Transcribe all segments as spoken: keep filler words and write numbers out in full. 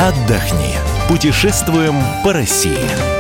отдохни. Путешествуем по России.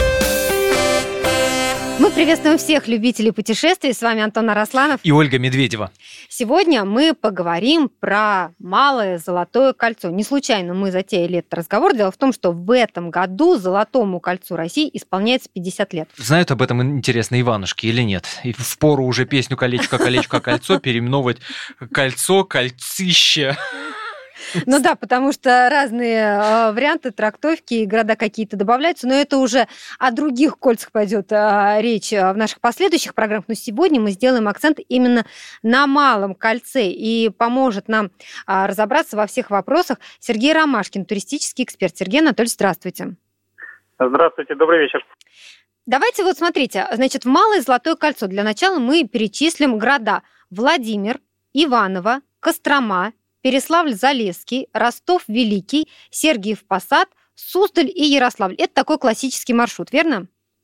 Мы приветствуем всех любителей путешествий. С вами Антон Арасланов и Ольга Медведева. Сегодня мы поговорим про Малое Золотое Кольцо. Не случайно мы затеяли этот разговор. Дело в том, что в этом году Золотому Кольцу России исполняется пятьдесят лет. Знают об этом, интересно, Иванушки или нет? И впору уже песню «Колечко, колечко, кольцо» переименовывать «Кольцо, кольцище». Ну да, потому что разные э, варианты трактовки и города какие-то добавляются, но это уже о других кольцах пойдет э, речь в наших последующих программах. Но сегодня мы сделаем акцент именно на Малом Кольце, и поможет нам э, разобраться во всех вопросах Сергей Ромашкин, туристический эксперт. Сергей Анатольевич, здравствуйте. Здравствуйте, добрый вечер. Давайте вот смотрите, значит, в Малое Золотое Кольцо для начала мы перечислим города: Владимир, Иваново, Кострома, Переславль-Залесский, Ростов-Великий, Сергиев-Посад, Суздаль и Ярославль. Это такой классический маршрут, верно?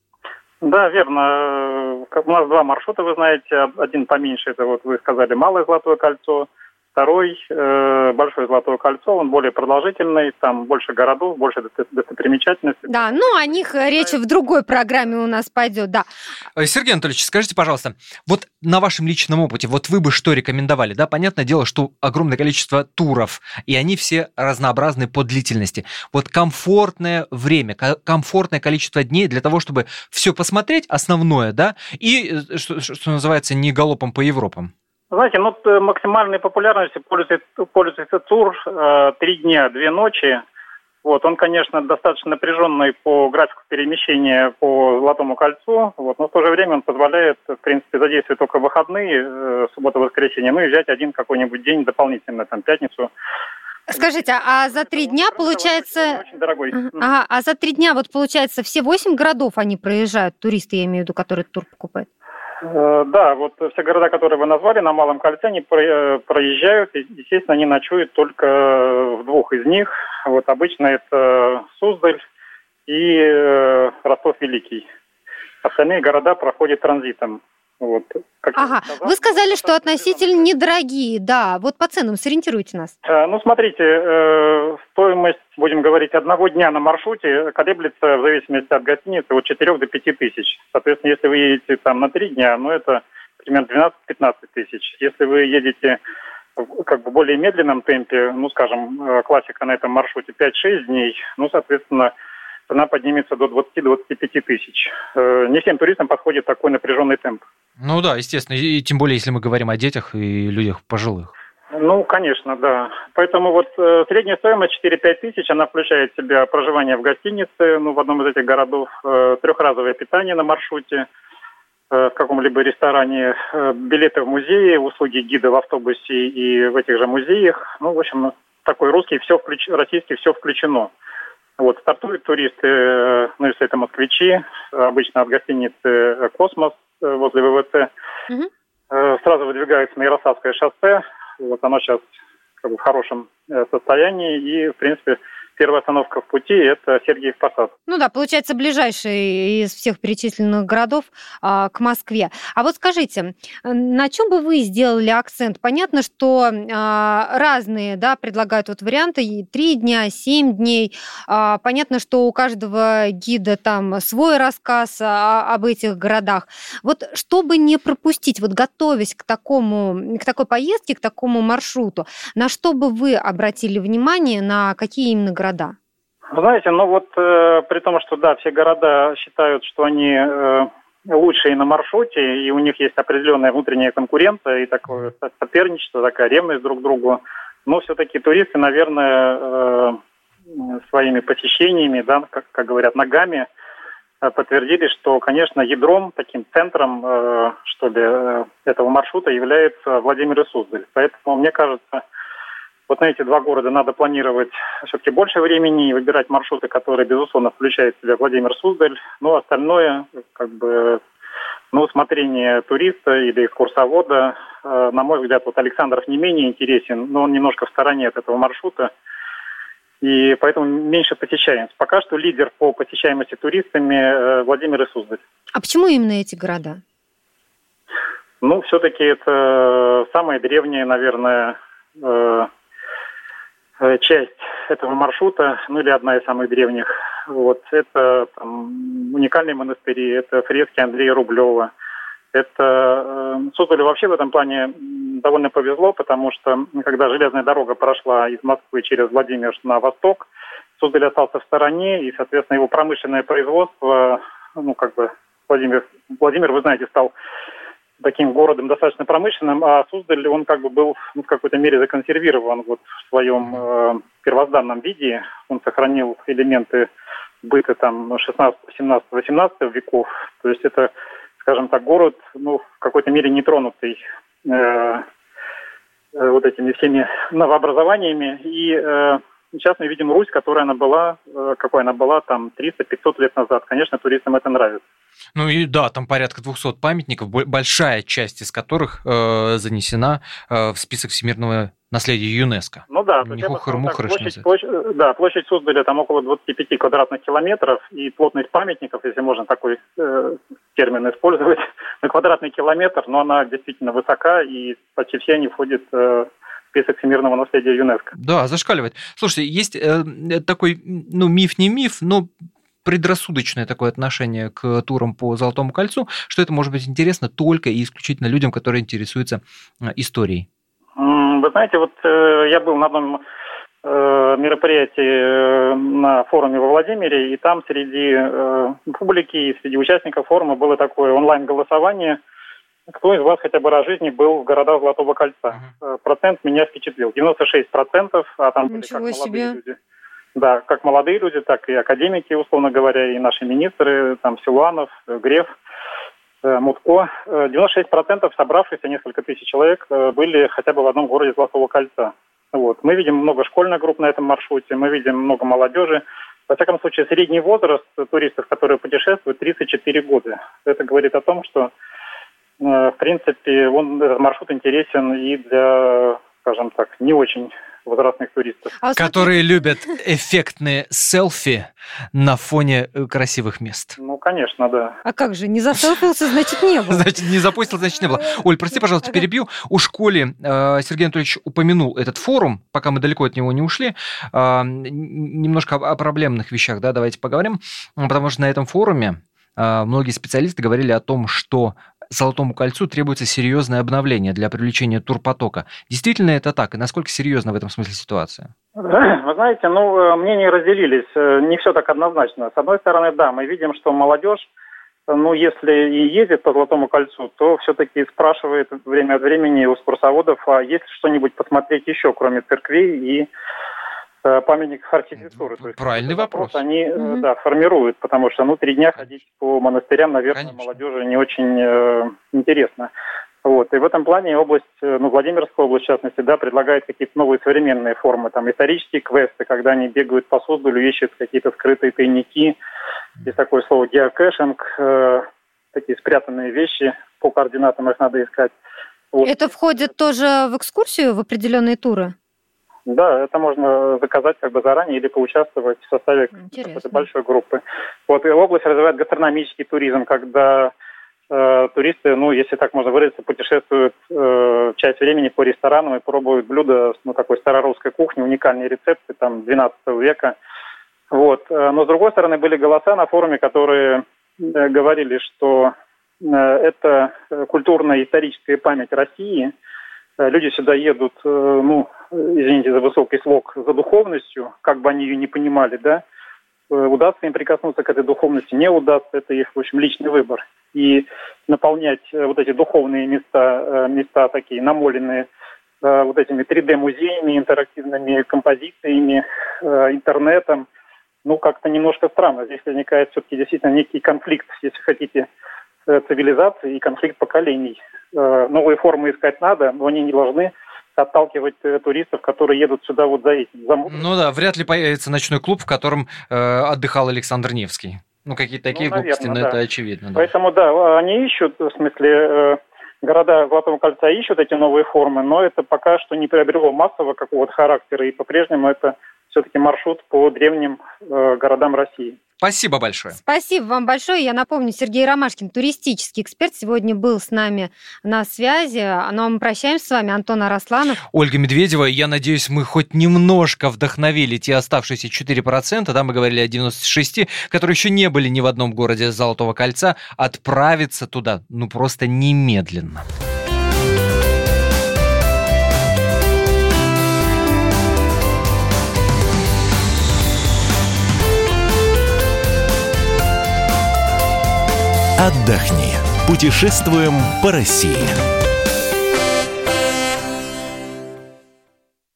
Да, верно. У нас два маршрута, вы знаете. Один поменьше, это вот вы сказали, Малое Золотое Кольцо. Второй, э, Большое Золотое Кольцо, он более продолжительный, там больше городов, больше достопримечательностей. Да, ну о них речь в другой программе у нас пойдет, да. Сергей Анатольевич, скажите, пожалуйста, вот на вашем личном опыте, вот вы бы что рекомендовали? Да, понятное дело, что огромное количество туров, и они все разнообразны по длительности. Вот комфортное время, комфортное количество дней для того, чтобы все посмотреть, основное, да, и, что, что называется, не галопом по Европам. Знаете, ну, максимальной популярностью пользуется, пользуется тур э, «Три дня, две ночи». Вот, он, конечно, достаточно напряженный по графику перемещения по Золотому Кольцу, вот, но в то же время он позволяет, в принципе, задействовать только выходные, э, субботу-воскресенье, ну и взять один какой-нибудь день дополнительно, там, пятницу. Скажите, а за три дня, получается... Очень дорогой. Ага, а за три дня, вот, получается, все восемь городов они проезжают, туристы, я имею в виду, которые тур покупают? Да, вот все города, которые вы назвали на Малом Кольце, они проезжают, и, естественно, они ночуют только в двух из них. Вот обычно это Суздаль и Ростов-Великий. Остальные города проходят транзитом. Вот. Как ага, сказал, вы сказали, что относительно недорогие, да. Вот по ценам сориентируйте нас. Э, ну, смотрите, э, стоимость, будем говорить, одного дня на маршруте колеблется в зависимости от гостиницы от четырёх до пяти тысяч. Соответственно, если вы едете там на три дня, ну, это примерно двенадцать-пятнадцать тысяч. Если вы едете в как бы более медленном темпе, ну, скажем, классика на этом маршруте пять-шесть дней, ну, соответственно, цена поднимется до двадцати-двадцати пяти тысяч. Э, не всем туристам подходит такой напряженный темп. Ну да, естественно, и тем более, если мы говорим о детях и людях пожилых. Ну, конечно, да. Поэтому вот э, средняя стоимость четыре-пять тысяч, она включает в себя проживание в гостинице, ну, в одном из этих городов, э, трехразовое питание на маршруте, э, в каком-либо ресторане, э, билеты в музее, услуги гида в автобусе и в этих же музеях. Ну, в общем, такой русский, все включ... российский, все включено. Вот, стартуют туристы, э, ну, если это москвичи, обычно от гостиницы «Космос», возле ВВЦ, угу. Сразу выдвигается на Ярославское шоссе. Вот оно сейчас как бы в хорошем состоянии. И, в принципе, первая остановка в пути – это Сергиев-Посад. Ну да, получается, ближайший из всех перечисленных городов а, к Москве. А вот скажите, на чем бы вы сделали акцент? Понятно, что а, разные, да, предлагают вот варианты, три дня, семь дней. А, понятно, что у каждого гида там свой рассказ а, об этих городах. Вот чтобы не пропустить, вот готовясь к такому, к такой поездке, к такому маршруту, на что бы вы обратили внимание, на какие именно города? Города. Знаете, ну вот э, при том, что да, все города считают, что они э, лучшие на маршруте, и у них есть определенная внутренняя конкуренция и такое соперничество, такая ревность друг к другу, но все-таки туристы, наверное, э, своими посещениями, да, как, как говорят, ногами, э, подтвердили, что, конечно, ядром, таким центром, э, что ли, э, этого маршрута является Владимир и Суздаль. Поэтому, мне кажется, вот на эти два города надо планировать все-таки больше времени и выбирать маршруты, которые, безусловно, включают в себя Владимир-Суздаль. Ну, остальное, как бы, на усмотрение туриста или экскурсовода. На мой взгляд, вот Александров не менее интересен, но он немножко в стороне от этого маршрута. И поэтому меньше посещаемость. Пока что лидер по посещаемости туристами Владимир и Суздаль. А почему именно эти города? Ну, все-таки это самые древние, наверное, часть этого маршрута, ну или одна из самых древних. Вот. Это там, уникальные монастыри, это фрески Андрея Рублева. Это э, Суздалю вообще в этом плане довольно повезло, потому что когда железная дорога прошла из Москвы через Владимир на восток, Суздаль остался в стороне, и, соответственно, его промышленное производство, ну, как бы, Владимир, Владимир, вы знаете, стал таким городом достаточно промышленным, а Суздаль, он как бы был, ну, в какой-то мере законсервирован вот в своем э, первозданном виде. Он сохранил элементы быта там шестнадцатого, семнадцатого, восемнадцатого веков. То есть это, скажем так, город, ну, в какой-то мере нетронутый э, э, вот этими всеми новообразованиями. И э, сейчас мы видим Русь, которая она была, э, какой она была там триста-пятьсот лет назад. Конечно, туристам это нравится. Ну и да, там порядка двухсот памятников, большая часть из которых э, занесена э, в список всемирного наследия ЮНЕСКО. Ну да, Не хухры-мухры, площадь, площадь, да, площадь Суздаля там около двадцати пяти квадратных километров, и плотность памятников, если можно такой э, термин использовать, на квадратный километр, но она действительно высока, и почти все они входят э, в список всемирного наследия ЮНЕСКО. Да, зашкаливает. Слушайте, есть э, такой, ну, миф не миф, но предрассудочное такое отношение к турам по Золотому кольцу, что это может быть интересно только и исключительно людям, которые интересуются историей. Вы знаете, вот э, я был на одном э, мероприятии э, на форуме во Владимире, и там среди э, публики и среди участников форума было такое онлайн-голосование. Кто из вас хотя бы раз в жизни был в городах Золотого кольца? Uh-huh. Процент меня впечатлил. девяносто шесть процентов, а там были как молодые себе. люди. Да, как молодые люди, так и академики, условно говоря, и наши министры, там Силуанов, Греф, Мутко. девяносто шесть процентов собравшихся, несколько тысяч человек, были хотя бы в одном городе Золотого кольца. Вот. Мы видим много школьных групп на этом маршруте, мы видим много молодежи. Во всяком случае, средний возраст туристов, которые путешествуют, тридцать четыре года. Это говорит о том, что, в принципе, он, этот маршрут интересен и для, скажем так, не очень возрастных туристов. А которые любят эффектные селфи на фоне красивых мест. Ну, конечно, да. А как же, не заселфился, значит, не было. Значит, не запустил, значит, не было. Оль, прости, пожалуйста, перебью. У школы Сергей Анатольевич упомянул этот форум, пока мы далеко от него не ушли. Немножко о проблемных вещах, да, давайте поговорим. Потому что на этом форуме многие специалисты говорили о том, что Золотому кольцу требуется серьезное обновление для привлечения турпотока. Действительно это так? И насколько серьезна в этом смысле ситуация? Вы знаете, ну, мнения разделились. Не все так однозначно. С одной стороны, да, мы видим, что молодежь, ну, если и ездит по Золотому кольцу, то все-таки спрашивает время от времени у экскурсоводов, а есть что-нибудь посмотреть еще, кроме церквей и памятников архитектуры. То есть, правильный вопрос. вопрос. Они mm-hmm. да, формируют, потому что ну, три дня ходить по монастырям, наверное, Конечно. молодежи не очень э, интересно. Вот. И в этом плане область, ну, Владимирская область, в частности, да, предлагает какие-то новые современные формы, там, исторические квесты, когда они бегают по Суздалю, ищут какие-то скрытые тайники, есть такое слово геокэшинг, э, такие спрятанные вещи, по координатам их надо искать. Вот. Это входит тоже в экскурсию, в определенные туры? Да, это можно заказать как бы заранее или поучаствовать в составе какой-то большой группы. Вот, и область развивает гастрономический туризм, когда э, туристы, ну, если так можно выразиться, путешествуют э, часть времени по ресторанам и пробуют блюда, ну, такой старорусской кухни, уникальные рецепты, там, двенадцатого века. Вот. Но, с другой стороны, были голоса на форуме, которые э, говорили, что э, это культурно-историческая память России. Люди сюда едут, ну, извините за высокий слог, за духовностью, как бы они ее не понимали, да, удастся им прикоснуться к этой духовности, не удастся, это их, в общем, личный выбор. И наполнять вот эти духовные места, места такие намоленные вот этими три дэ-музеями, интерактивными композициями, интернетом, ну, как-то немножко странно. Здесь возникает все-таки действительно некий конфликт, если хотите, цивилизации и конфликт поколений. Новые формы искать надо, но они не должны отталкивать туристов, которые едут сюда вот за этим. За... Ну да, вряд ли появится ночной клуб, в котором э, отдыхал Александр Невский. Ну, какие-то такие ну, наверное, глупости, но да. Это очевидно. Да. Поэтому, да, они ищут, в смысле, э, города Золотого кольца ищут эти новые формы, но это пока что не приобрело массового какого-то характера, и по-прежнему это все-таки маршрут по древним э, городам России. Спасибо большое. Спасибо вам большое. Я напомню, Сергей Ромашкин, туристический эксперт, сегодня был с нами на связи. Ну а мы прощаемся с вами. Антон Арасланов. Ольга Медведева. Я надеюсь, мы хоть немножко вдохновили те оставшиеся четыре процента, да, мы говорили о девяноста шести, которые еще не были ни в одном городе Золотого кольца, отправиться туда, ну, просто немедленно. Отдохни. Путешествуем по России.